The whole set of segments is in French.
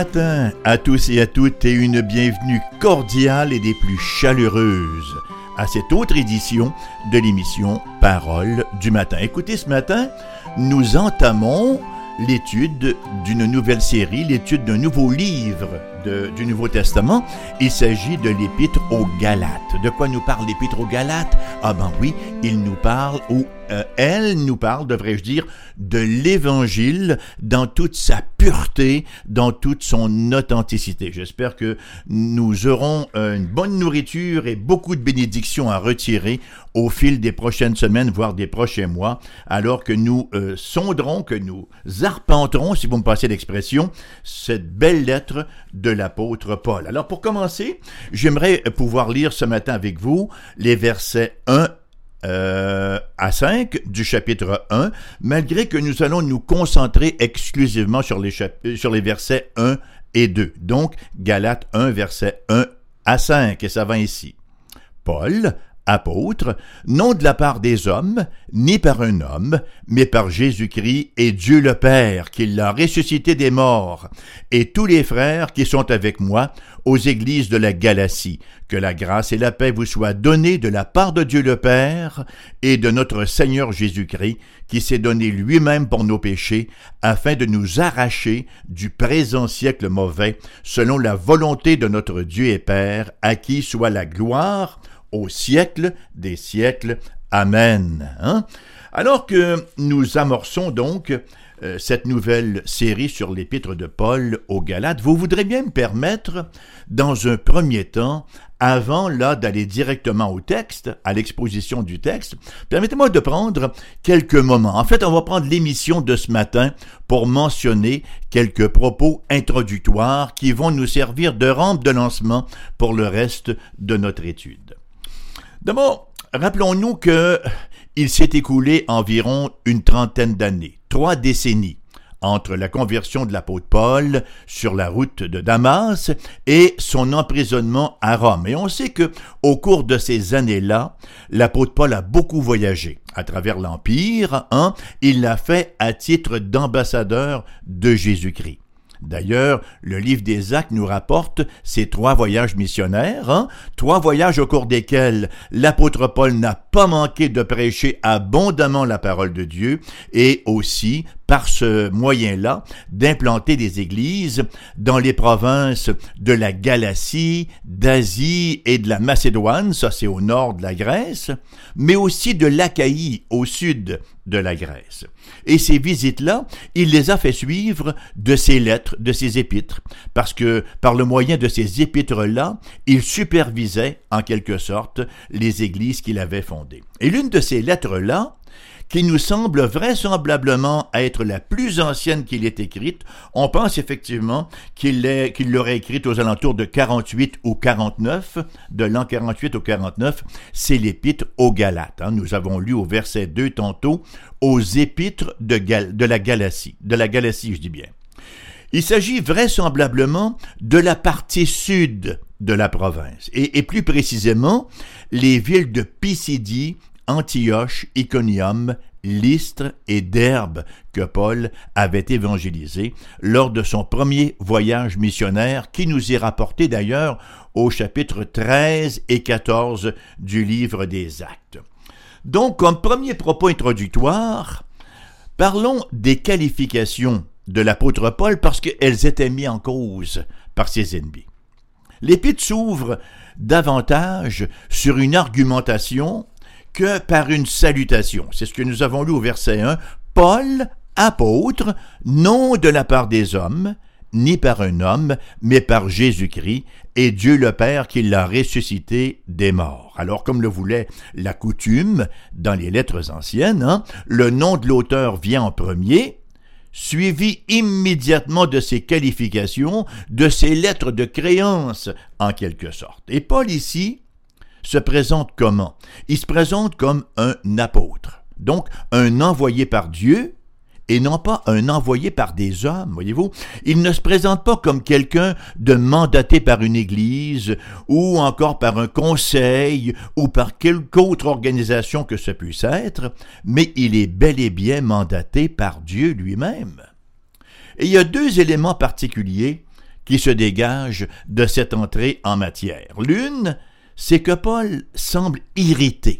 matin à tous et à toutes et une bienvenue cordiale et des plus chaleureuses à cette autre édition de l'émission Parole du matin. Écoutez, ce matin, nous entamons l'étude d'une nouvelle série, l'étude d'un nouveau livre du Nouveau Testament. Il s'agit de l'Épître aux Galates. De quoi nous parle l'Épître aux Galates? Ah ben oui, il nous parle, ou elle nous parle, devrais-je dire, de l'Évangile dans toute sa pureté, dans toute son authenticité. J'espère que nous aurons une bonne nourriture et beaucoup de bénédictions à retirer au fil des prochaines semaines, voire des prochains mois, alors que nous sonderons, que nous arpenterons, si vous me passez l'expression, cette belle lettre de l'apôtre Paul. Alors pour commencer, j'aimerais pouvoir lire ce matin avec vous les versets 1 à 5 du chapitre 1, malgré que nous allons nous concentrer exclusivement sur les versets 1 et 2. Donc, Galates 1, versets 1 à 5, et ça va ainsi. Paul, apôtre, non de la part des hommes, ni par un homme, mais par Jésus-Christ et Dieu le Père, qui l'a ressuscité des morts, et tous les frères qui sont avec moi aux églises de la Galatie. Que la grâce et la paix vous soient données de la part de Dieu le Père et de notre Seigneur Jésus-Christ, qui s'est donné lui-même pour nos péchés, afin de nous arracher du présent siècle mauvais, selon la volonté de notre Dieu et Père, à qui soit la gloire au siècle des siècles. Amen. Alors que nous amorçons donc cette nouvelle série sur l'épître de Paul aux Galates, vous voudrez bien me permettre, dans un premier temps, avant d'aller directement au texte, à l'exposition du texte, permettez-moi de prendre quelques moments. En fait, on va prendre l'émission de ce matin pour mentionner quelques propos introductoires qui vont nous servir de rampe de lancement pour le reste de notre étude. D'abord, rappelons-nous qu'il s'est écoulé environ une trentaine d'années, 3 décennies, entre la conversion de l'apôtre Paul sur la route de Damas et son emprisonnement à Rome. Et on sait que au cours de ces années-là, l'apôtre Paul a beaucoup voyagé à travers l'Empire. Il l'a fait à titre d'ambassadeur de Jésus-Christ. D'ailleurs, le livre des Actes nous rapporte ces 3 voyages missionnaires, 3 voyages au cours desquels l'apôtre Paul n'a pas manqué de prêcher abondamment la parole de Dieu et aussi, par ce moyen-là, d'implanter des églises dans les provinces de la Galatie, d'Asie et de la Macédoine, ça c'est au nord de la Grèce, mais aussi de l'Achaïe, au sud de la Grèce. Et ces visites-là, il les a fait suivre de ses lettres, de ses épîtres, parce que par le moyen de ces épîtres-là, il supervisait, en quelque sorte, les églises qu'il avait fondées. Et l'une de ces lettres-là, qui nous semble vraisemblablement être la plus ancienne qu'il ait écrite, on pense effectivement qu'il l'aurait écrite aux alentours de 48 ou 49, de l'an 48 au 49, c'est l'épître aux Galates. Nous avons lu au verset 2 tantôt, aux épîtres de la Galatie, je dis bien. Il s'agit vraisemblablement de la partie sud de la province, et plus précisément, les villes de Pisidie, Antioche, Iconium, Lystre et Derbe que Paul avait évangélisé lors de son premier voyage missionnaire qui nous est rapporté d'ailleurs au chapitre 13 et 14 du livre des Actes. Donc, comme premier propos introductoire, parlons des qualifications de l'apôtre Paul parce qu'elles étaient mises en cause par ses ennemis. L'épître s'ouvre davantage sur une argumentation que par une salutation. C'est ce que nous avons lu au verset 1. Paul, apôtre, non de la part des hommes, ni par un homme, mais par Jésus-Christ, et Dieu le Père qui l'a ressuscité des morts. Alors, comme le voulait la coutume dans les lettres anciennes, le nom de l'auteur vient en premier, suivi immédiatement de ses qualifications, de ses lettres de créance, en quelque sorte. Et Paul ici se présente comment? Il se présente comme un apôtre, donc un envoyé par Dieu et non pas un envoyé par des hommes, voyez-vous. Il ne se présente pas comme quelqu'un de mandaté par une église ou encore par un conseil ou par quelque autre organisation que ce puisse être, mais il est bel et bien mandaté par Dieu lui-même. Et il y a 2 éléments particuliers qui se dégagent de cette entrée en matière. L'une, c'est que Paul semble irrité.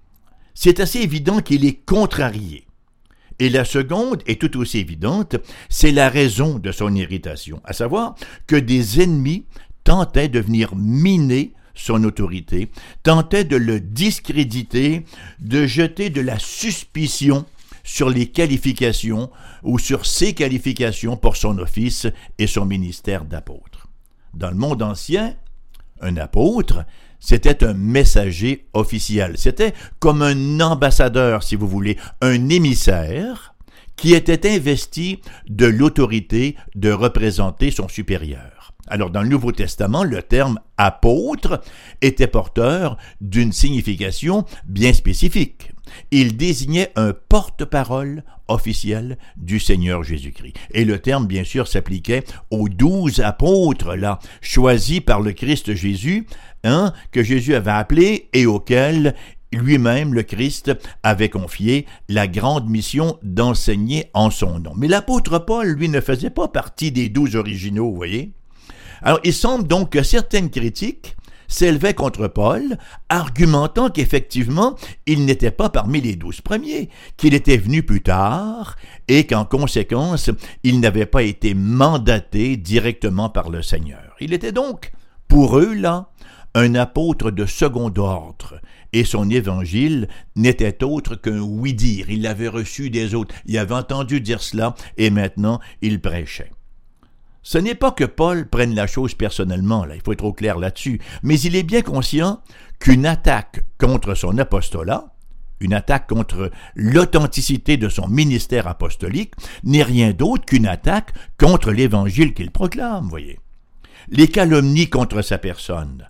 C'est assez évident qu'il est contrarié. Et la seconde est tout aussi évidente, c'est la raison de son irritation, à savoir que des ennemis tentaient de venir miner son autorité, tentaient de le discréditer, de jeter de la suspicion sur les qualifications ou sur ses qualifications pour son office et son ministère d'apôtre. Dans le monde ancien, un apôtre, c'était un messager officiel. C'était comme un ambassadeur, si vous voulez, un émissaire qui était investi de l'autorité de représenter son supérieur. Alors, dans le Nouveau Testament, le terme « apôtre » était porteur d'une signification bien spécifique. Il désignait un porte-parole officiel du Seigneur Jésus-Christ. Et le terme, bien sûr, s'appliquait aux 12 apôtres, là, choisis par le Christ Jésus, que Jésus avait appelé et auquel lui-même, le Christ, avait confié la grande mission d'enseigner en son nom. Mais l'apôtre Paul, lui, ne faisait pas partie des 12 originaux, vous voyez. Alors, il semble donc que certaines critiques s'élevaient contre Paul, argumentant qu'effectivement, il n'était pas parmi les 12 premiers, qu'il était venu plus tard et qu'en conséquence, il n'avait pas été mandaté directement par le Seigneur. Il était donc, pour eux, là, un apôtre de second ordre, et son évangile n'était autre qu'un oui-dire. Il l'avait reçu des autres, il avait entendu dire cela, et maintenant, il prêchait. Ce n'est pas que Paul prenne la chose personnellement, là, il faut être au clair là-dessus, mais il est bien conscient qu'une attaque contre son apostolat, une attaque contre l'authenticité de son ministère apostolique, n'est rien d'autre qu'une attaque contre l'évangile qu'il proclame, voyez. Les calomnies contre sa personne,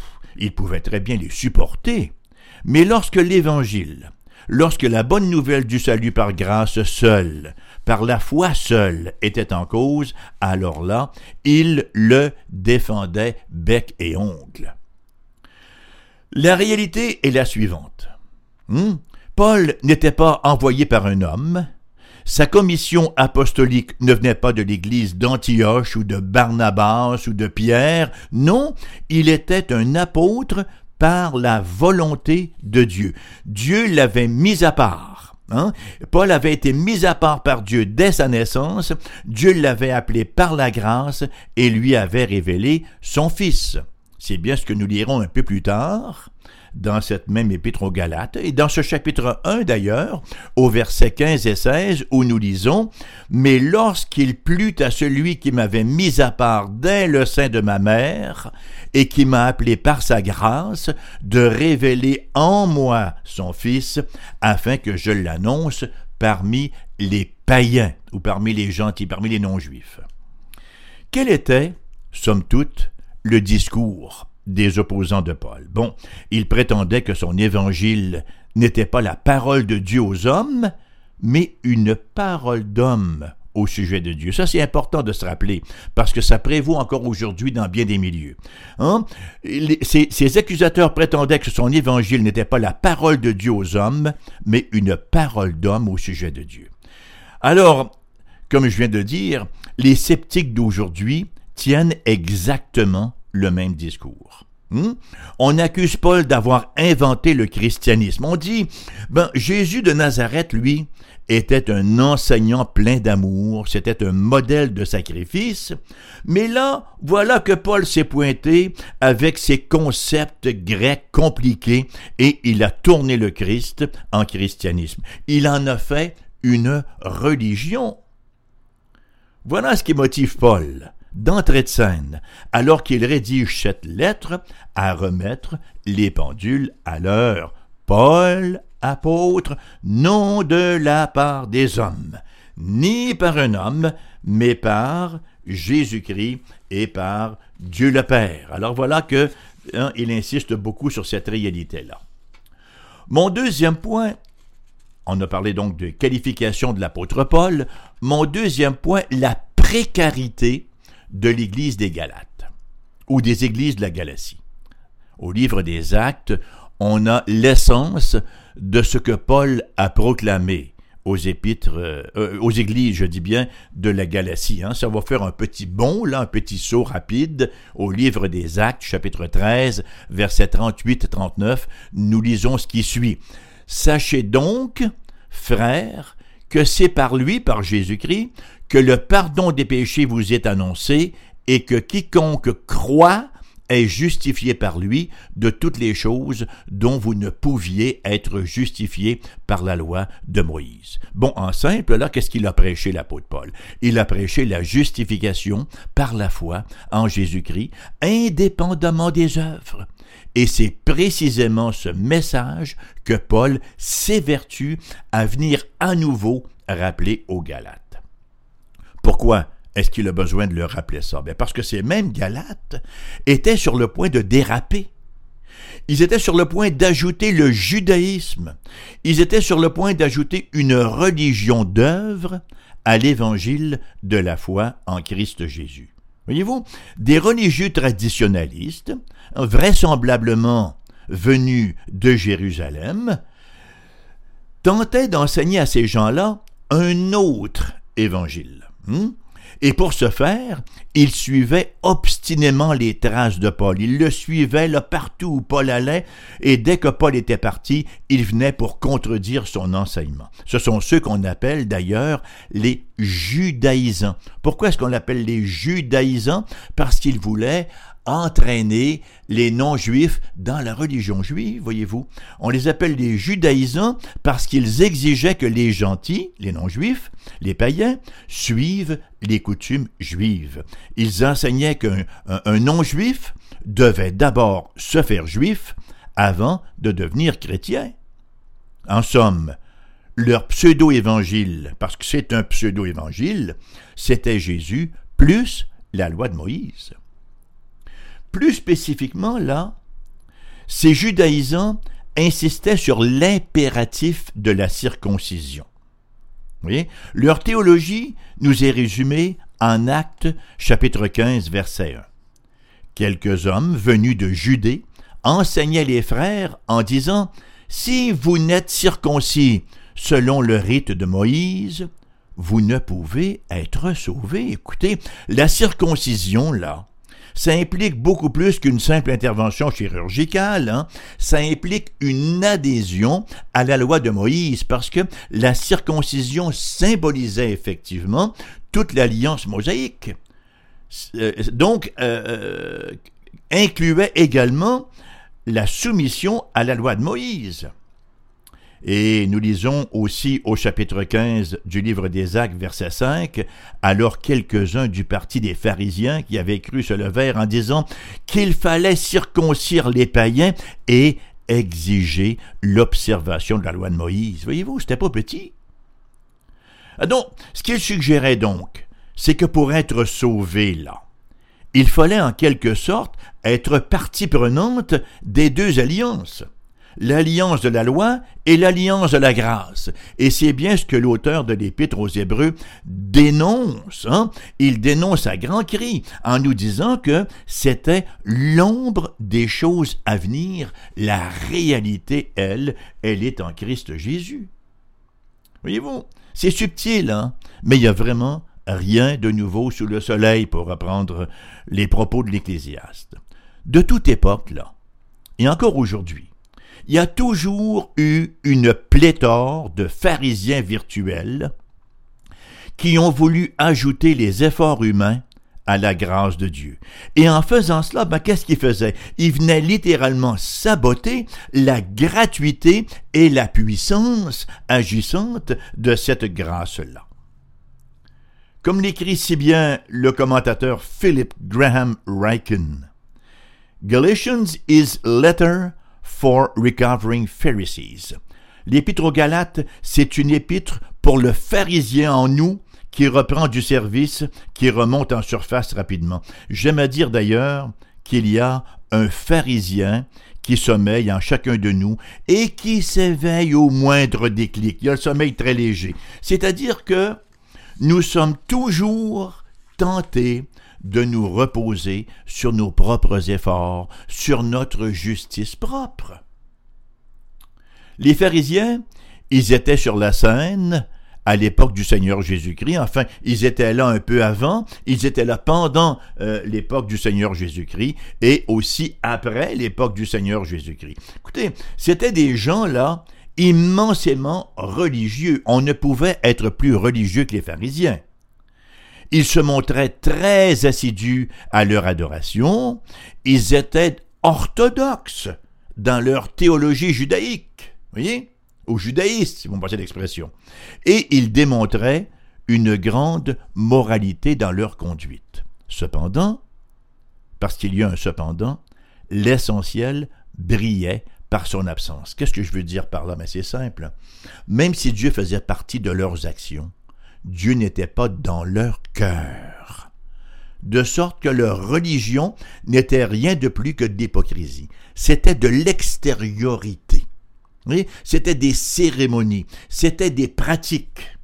il pouvait très bien les supporter, mais lorsque l'évangile, lorsque la bonne nouvelle du salut par grâce seule, par la foi seule, était en cause, alors là, il le défendait bec et ongle. La réalité est la suivante. Paul n'était pas envoyé par un homme, sa commission apostolique ne venait pas de l'église d'Antioche ou de Barnabas ou de Pierre, non, il était un apôtre par la volonté de Dieu. Dieu l'avait mis à part. Paul avait été mis à part par Dieu dès sa naissance, Dieu l'avait appelé par la grâce et lui avait révélé son Fils. C'est bien ce que nous lirons un peu plus tard dans cette même épître aux Galates, et dans ce chapitre 1 d'ailleurs, au verset 15 et 16, où nous lisons « Mais lorsqu'il plut à celui qui m'avait mis à part dès le sein de ma mère, et qui m'a appelé par sa grâce, de révéler en moi son Fils, afin que je l'annonce parmi les païens, ou parmi les gentils, parmi les non-juifs. » Quel était, somme toute, le discours des opposants de Paul? Bon, il prétendait que son évangile n'était pas la parole de Dieu aux hommes, mais une parole d'homme au sujet de Dieu. Ça, c'est important de se rappeler, parce que ça prévaut encore aujourd'hui dans bien des milieux. Ces accusateurs prétendaient que son évangile n'était pas la parole de Dieu aux hommes, mais une parole d'homme au sujet de Dieu. Alors, comme je viens de dire, les sceptiques d'aujourd'hui tiennent exactement le même discours. On accuse Paul d'avoir inventé le christianisme. On dit, Jésus de Nazareth, lui, était un enseignant plein d'amour, c'était un modèle de sacrifice, mais là, voilà que Paul s'est pointé avec ses concepts grecs compliqués et il a tourné le Christ en christianisme. Il en a fait une religion. Voilà ce qui motive Paul, d'entrée de scène, alors qu'il rédige cette lettre, à remettre les pendules à l'heure. Paul, apôtre, non de la part des hommes, ni par un homme, mais par Jésus-Christ et par Dieu le Père. Alors voilà que il insiste beaucoup sur cette réalité-là. Mon deuxième point, on a parlé donc de qualification de l'apôtre Paul, mon deuxième point, la précarité de l'Église des Galates, ou des églises de la Galatie. Au livre des Actes, on a l'essence de ce que Paul a proclamé aux églises, je dis bien, de la Galatie. Ça va faire un petit bond, là, un petit saut rapide au livre des Actes, chapitre 13, versets 38-39. Nous lisons ce qui suit. « Sachez donc, frères, que c'est par lui, par Jésus-Christ, que le pardon des péchés vous est annoncé et que quiconque croit est justifié par lui de toutes les choses dont vous ne pouviez être justifiés par la loi de Moïse. » Bon, en simple, là, qu'est-ce qu'il a prêché, l'apôtre Paul? Il a prêché la justification par la foi en Jésus-Christ, indépendamment des œuvres. Et c'est précisément ce message que Paul s'évertue à venir à nouveau rappeler aux Galates. Pourquoi est-ce qu'il a besoin de leur rappeler ça? Bien parce que ces mêmes Galates étaient sur le point de déraper. Ils étaient sur le point d'ajouter le judaïsme. Ils étaient sur le point d'ajouter une religion d'œuvre à l'évangile de la foi en Christ Jésus. Voyez-vous, des religieux traditionnalistes, vraisemblablement venus de Jérusalem, tentaient d'enseigner à ces gens-là un autre évangile. Et pour ce faire, il suivait obstinément les traces de Paul. Il le suivait là partout où Paul allait, et dès que Paul était parti, il venait pour contredire son enseignement. Ce sont ceux qu'on appelle d'ailleurs les judaïsants. Pourquoi est-ce qu'on l'appelle les judaïsants? Parce qu'ils voulaient entraîner les non-juifs dans la religion juive, voyez-vous. On les appelle les judaïsants parce qu'ils exigeaient que les gentils, les non-juifs, les païens, suivent les coutumes juives. Ils enseignaient qu'un non-juif devait d'abord se faire juif avant de devenir chrétien. En somme, leur pseudo-évangile, parce que c'est un pseudo-évangile, c'était Jésus plus la loi de Moïse. Plus spécifiquement, là, ces judaïsants insistaient sur l'impératif de la circoncision. Vous voyez? Leur théologie nous est résumée en Actes, chapitre 15, verset 1. Quelques hommes venus de Judée enseignaient les frères en disant « Si vous n'êtes circoncis selon le rite de Moïse, vous ne pouvez être sauvés. » Écoutez, la circoncision, là, ça implique beaucoup plus qu'une simple intervention chirurgicale, Ça implique une adhésion à la loi de Moïse, parce que la circoncision symbolisait effectivement toute l'alliance mosaïque. Donc, incluait également la soumission à la loi de Moïse. Et nous lisons aussi au chapitre 15 du livre des Actes, verset 5, « Alors quelques-uns du parti des pharisiens qui avaient cru se levèrent en disant qu'il fallait circoncire les païens et exiger l'observation de la loi de Moïse. » Voyez-vous, c'était pas petit. Donc, ce qu'il suggérait donc, c'est que pour être sauvé là, il fallait en quelque sorte être partie prenante des deux alliances. L'alliance de la loi et l'alliance de la grâce. Et c'est bien ce que l'auteur de l'Épître aux Hébreux dénonce. Il dénonce à grands cris en nous disant que c'était l'ombre des choses à venir. La réalité, elle est en Christ Jésus. Voyez-vous, c'est subtil, mais il y a vraiment rien de nouveau sous le soleil, pour reprendre les propos de l'Ecclésiaste. De toute époque, là, et encore aujourd'hui, il y a toujours eu une pléthore de pharisiens virtuels qui ont voulu ajouter les efforts humains à la grâce de Dieu. Et en faisant cela, qu'est-ce qu'ils faisaient? Ils venaient littéralement saboter la gratuité et la puissance agissante de cette grâce-là. Comme l'écrit si bien le commentateur Philip Graham Ryken, Galatians is letter for recovering Pharisees. L'épître aux Galates, c'est une épître pour le pharisien en nous qui reprend du service, qui remonte en surface rapidement. J'aime à dire d'ailleurs qu'il y a un pharisien qui sommeille en chacun de nous et qui s'éveille au moindre déclic. Il y a le sommeil très léger. C'est-à-dire que nous sommes toujours tentés de nous reposer sur nos propres efforts, sur notre justice propre. Les pharisiens, ils étaient sur la scène à l'époque du Seigneur Jésus-Christ. Enfin, ils étaient là un peu avant, ils étaient là pendant l'époque du Seigneur Jésus-Christ et aussi après l'époque du Seigneur Jésus-Christ. Écoutez, c'était des gens là immensément religieux. On ne pouvait être plus religieux que les pharisiens. Ils se montraient très assidus à leur adoration. Ils étaient orthodoxes dans leur théologie judaïque. Vous voyez? Ou judaïstes, si vous me passez l'expression. Et ils démontraient une grande moralité dans leur conduite. Cependant, parce qu'il y a un cependant, l'essentiel brillait par son absence. Qu'est-ce que je veux dire par là? Mais c'est simple. Même si Dieu faisait partie de leurs actions, Dieu n'était pas dans leur cœur. De sorte que leur religion n'était rien de plus que d'hypocrisie. C'était de l'extériorité. Oui, c'était des cérémonies, c'était des pratiques.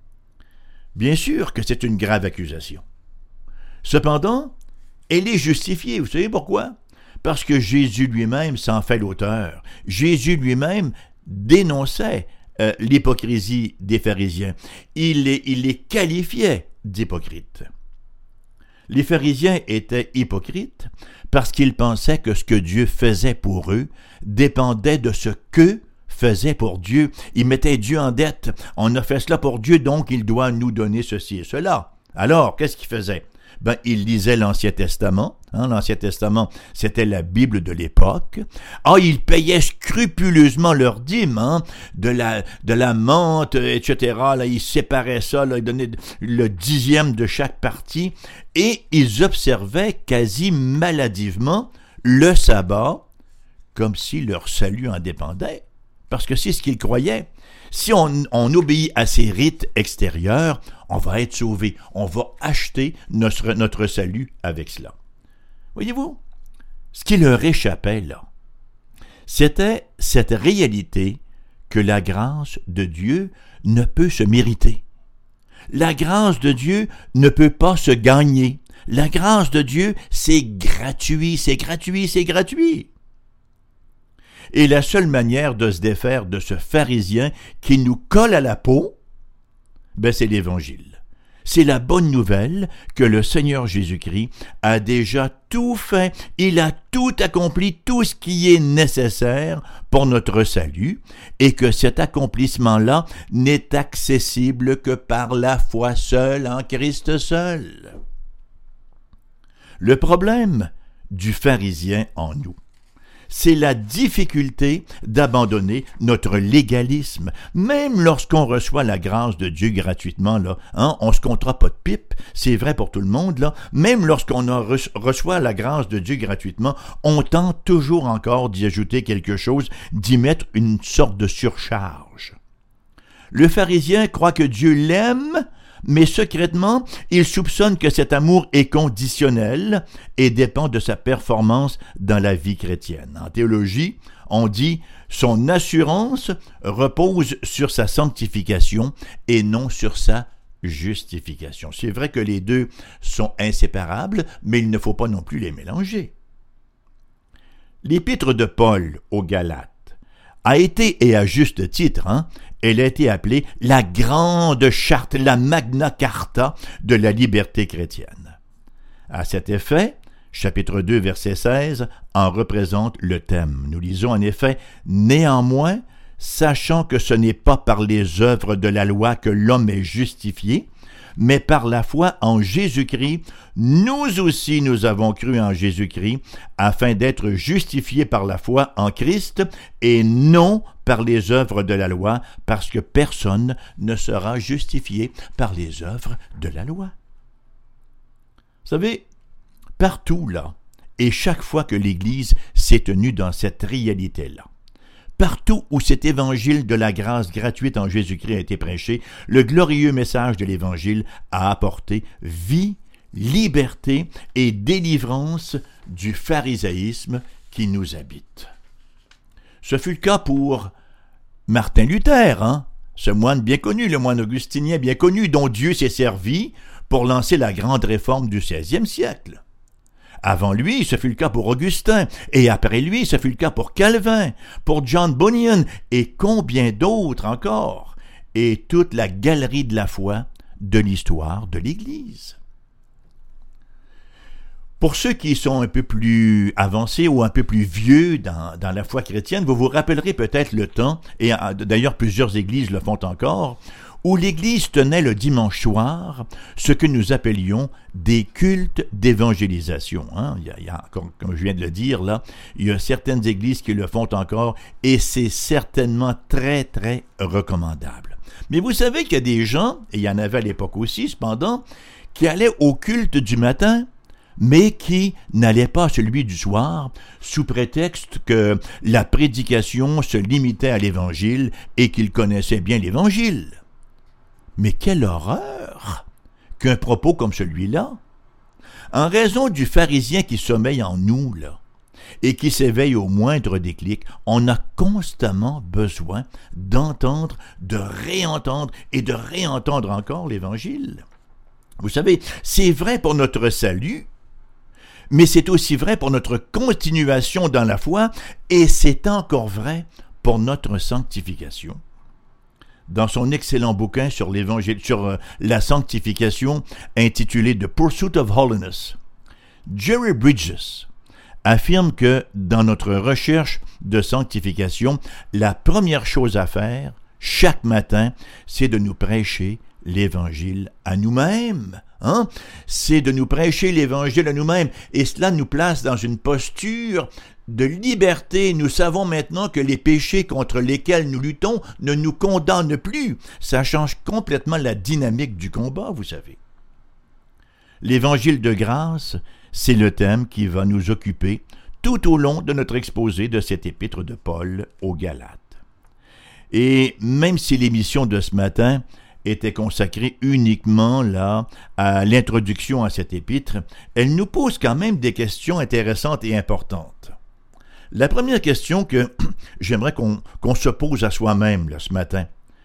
Bien sûr que c'est une grave accusation. Cependant, elle est justifiée. Vous savez pourquoi? Parce que Jésus lui-même s'en fait l'auteur. Jésus lui-même dénonçait l'hypocrisie des pharisiens. Il les qualifiait d'hypocrites. Les pharisiens étaient hypocrites parce qu'ils pensaient que ce que Dieu faisait pour eux dépendait de ce qu'eux faisaient pour Dieu. Ils mettaient Dieu en dette. On a fait cela pour Dieu, donc il doit nous donner ceci et cela. Alors, qu'est-ce qu'ils faisaient? Ils lisaient l'Ancien Testament. L'Ancien Testament, c'était la Bible de l'époque. Ils payaient scrupuleusement leurs dîmes, de la menthe, etc. Là, ils séparaient ça, là, ils donnaient le 10e de chaque partie. Et ils observaient quasi maladivement le sabbat, comme si leur salut en dépendait. Parce que c'est ce qu'ils croyaient. Si on obéit à ces rites extérieurs, on va être sauvé. On va acheter notre salut avec cela. Voyez-vous, ce qui leur échappait là, c'était cette réalité que la grâce de Dieu ne peut se mériter. La grâce de Dieu ne peut pas se gagner. La grâce de Dieu, c'est gratuit, c'est gratuit, c'est gratuit. Et la seule manière de se défaire de ce pharisien qui nous colle à la peau, c'est l'Évangile. C'est la bonne nouvelle que le Seigneur Jésus-Christ a déjà tout fait. Il a tout accompli, tout ce qui est nécessaire pour notre salut, et que cet accomplissement-là n'est accessible que par la foi seule en Christ seul. Le problème du pharisien en nous, c'est la difficulté d'abandonner notre légalisme. Même lorsqu'on reçoit la grâce de Dieu gratuitement, là, on ne se comptera pas de pipe, c'est vrai pour tout le monde, là. Même lorsqu'on reçoit la grâce de Dieu gratuitement, on tente toujours encore d'y ajouter quelque chose, d'y mettre une sorte de surcharge. Le pharisien croit que Dieu l'aime, mais secrètement, il soupçonne que cet amour est conditionnel et dépend de sa performance dans la vie chrétienne. En théologie, on dit « son assurance repose sur sa sanctification et non sur sa justification ». C'est vrai que les deux sont inséparables, mais il ne faut pas non plus les mélanger. L'épître de Paul aux Galates a été, et à juste titre, elle a été appelée la grande charte, la Magna Carta de la liberté chrétienne. À cet effet, chapitre 2, verset 16, en représente le thème. Nous lisons en effet « Néanmoins, sachant que ce n'est pas par les œuvres de la loi que l'homme est justifié, mais par la foi en Jésus-Christ, nous aussi nous avons cru en Jésus-Christ, afin d'être justifiés par la foi en Christ, et non par les œuvres de la loi, parce que personne ne sera justifié par les œuvres de la loi. » Vous savez, partout là, et chaque fois que l'Église s'est tenue dans cette réalité-là, partout où cet évangile de la grâce gratuite en Jésus-Christ a été prêché, le glorieux message de l'évangile a apporté vie, liberté et délivrance du pharisaïsme qui nous habite. Ce fut le cas pour Martin Luther, ce moine bien connu, le moine augustinien bien connu, dont Dieu s'est servi pour lancer la grande réforme du XVIe siècle. Avant lui, ce fut le cas pour Augustin, et après lui, ce fut le cas pour Calvin, pour John Bunyan, et combien d'autres encore. et toute la galerie de la foi de l'histoire de l'Église. Pour ceux qui sont un peu plus avancés ou un peu plus vieux dans la foi chrétienne, vous vous rappellerez peut-être le temps, et d'ailleurs plusieurs églises le font encore, où l'Église tenait le dimanche soir ce que nous appelions des cultes d'évangélisation. Il y a encore, comme je viens de le dire là, il y a certaines églises qui le font encore, et c'est certainement très, très recommandable. Mais vous savez qu'il y a des gens, et il y en avait à l'époque aussi cependant, qui allaient au culte du matin, mais qui n'allait pas à celui du soir, sous prétexte que la prédication se limitait à l'Évangile et qu'ils connaissaient bien l'Évangile. Mais quelle horreur qu'un propos comme celui-là, en raison du pharisien qui sommeille en nous, là, et qui s'éveille au moindre déclic, on a constamment besoin d'entendre, de réentendre et de réentendre encore l'Évangile. Vous savez, c'est vrai pour notre salut, mais c'est aussi vrai pour notre continuation dans la foi, et c'est encore vrai pour notre sanctification. Dans son excellent bouquin sur l'évangile, sur la sanctification, intitulé The Pursuit of Holiness, Jerry Bridges affirme que dans notre recherche de sanctification, la première chose à faire, chaque matin, c'est de nous prêcher l'Évangile à nous-mêmes. C'est de nous prêcher l'Évangile à nous-mêmes. Et cela nous place dans une posture de liberté. Nous savons maintenant que les péchés contre lesquels nous luttons ne nous condamnent plus. Ça change complètement la dynamique du combat, vous savez. L'Évangile de grâce, c'est le thème qui va nous occuper tout au long de notre exposé de cette épître de Paul aux Galates. Et même si l'émission de ce matin était consacrée uniquement là à l'introduction à cette épître, elle nous pose quand même des questions intéressantes et importantes. La première question que j'aimerais qu'on se pose à soi-même là, ce matin,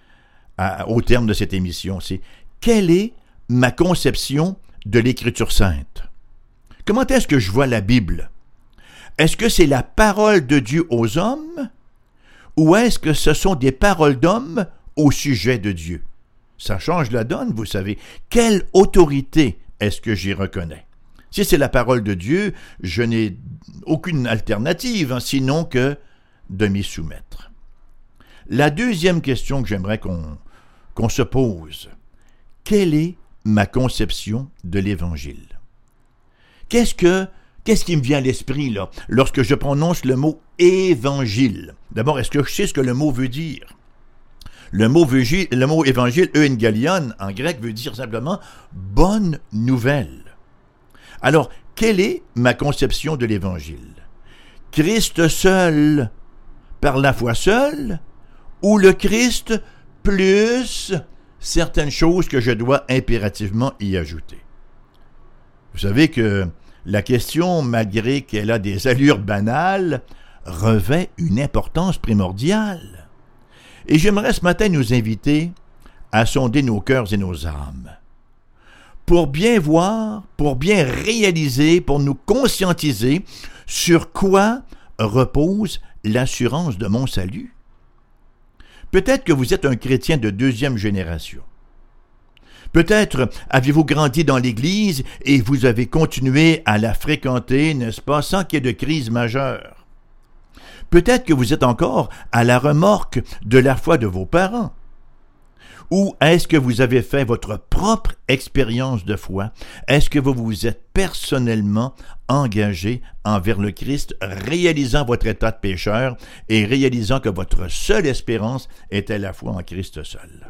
au terme de cette émission, c'est « Quelle est ma conception de l'Écriture sainte? Comment est-ce que je vois la Bible? Est-ce que c'est la parole de Dieu aux hommes ou est-ce que ce sont des paroles d'hommes au sujet de Dieu? » Ça change la donne, vous savez. Quelle autorité est-ce que j'y reconnais? Si c'est la parole de Dieu, je n'ai aucune alternative, sinon que de m'y soumettre. La deuxième question que j'aimerais qu'on se pose, quelle est ma conception de l'Évangile? Qu'est-ce qui me vient à l'esprit là, lorsque je prononce le mot « évangile »? D'abord, est-ce que je sais ce que le mot veut dire? Le mot évangile, euangelion, en grec, veut dire simplement « bonne nouvelle ». Alors, quelle est ma conception de l'Évangile? Christ seul, par la foi seule, ou le Christ plus certaines choses que je dois impérativement y ajouter? Vous savez que la question, malgré qu'elle a des allures banales, revêt une importance primordiale. Et j'aimerais ce matin nous inviter à sonder nos cœurs et nos âmes, pour bien voir, pour bien réaliser, pour nous conscientiser sur quoi repose l'assurance de mon salut. Peut-être que vous êtes un chrétien de deuxième génération. Peut-être avez-vous grandi dans l'Église et vous avez continué à la fréquenter, n'est-ce pas, sans qu'il y ait de crise majeure. Peut-être que vous êtes encore à la remorque de la foi de vos parents. Ou est-ce que vous avez fait votre propre expérience de foi? Est-ce que vous vous êtes personnellement engagé envers le Christ, réalisant votre état de pécheur et réalisant que votre seule espérance était la foi en Christ seul?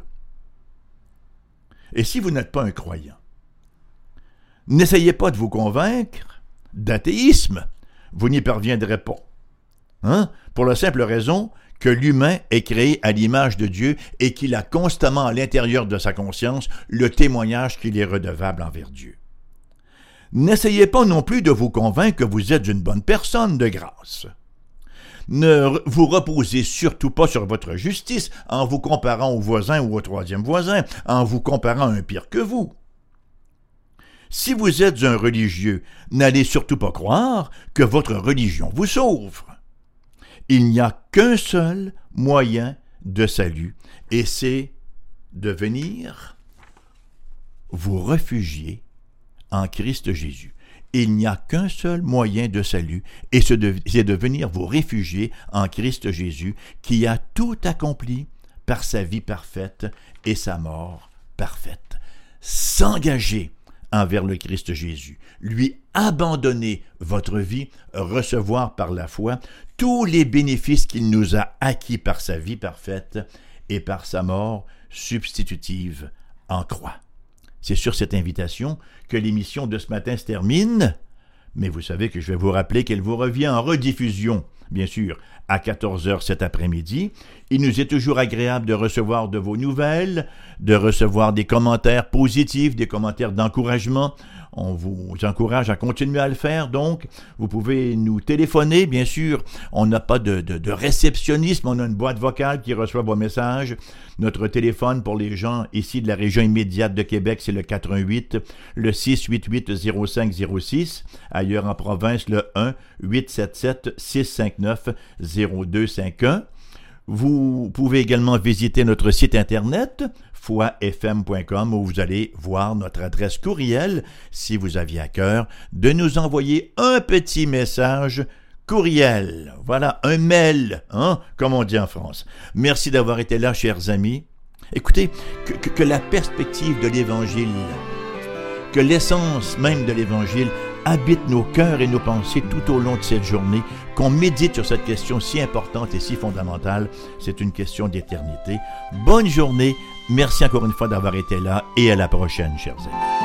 Et si vous n'êtes pas un croyant, n'essayez pas de vous convaincre d'athéisme. Vous n'y parviendrez pas. Pour la simple raison que l'humain est créé à l'image de Dieu et qu'il a constamment à l'intérieur de sa conscience le témoignage qu'il est redevable envers Dieu. N'essayez pas non plus de vous convaincre que vous êtes une bonne personne de grâce. Ne vous reposez surtout pas sur votre justice en vous comparant au voisin ou au troisième voisin, en vous comparant à un pire que vous. Si vous êtes un religieux, n'allez surtout pas croire que votre religion vous sauve. Il n'y a qu'un seul moyen de salut, et c'est de venir vous réfugier en Christ Jésus. Il n'y a qu'un seul moyen de salut, et c'est de venir vous réfugier en Christ Jésus, qui a tout accompli par sa vie parfaite et sa mort parfaite. S'engager envers le Christ Jésus, lui abandonner votre vie, recevoir par la foi tous les bénéfices qu'il nous a acquis par sa vie parfaite et par sa mort substitutive en croix. C'est sur cette invitation que l'émission de ce matin se termine, mais vous savez que je vais vous rappeler qu'elle vous revient en rediffusion, bien sûr, à 14h cet après-midi. Il nous est toujours agréable de recevoir de vos nouvelles, de recevoir des commentaires positifs, des commentaires d'encouragement. On vous encourage à continuer à le faire, donc vous pouvez nous téléphoner, bien sûr. On n'a pas de réceptionnisme, on a une boîte vocale qui reçoit vos messages. Notre téléphone pour les gens ici de la région immédiate de Québec, c'est le 88, le 688-0506. Ailleurs en province, le 1-877-659-0251. Vous pouvez également visiter notre site internet, foifm.com, où vous allez voir notre adresse courriel, si vous aviez à cœur de nous envoyer un petit message courriel. Voilà, un mail, comme on dit en France. Merci d'avoir été là, chers amis. Écoutez, que la perspective de l'Évangile, que l'essence même de l'Évangile habite nos cœurs et nos pensées tout au long de cette journée, qu'on médite sur cette question si importante et si fondamentale. C'est une question d'éternité. Bonne journée, merci encore une fois d'avoir été là et à la prochaine, chers amis.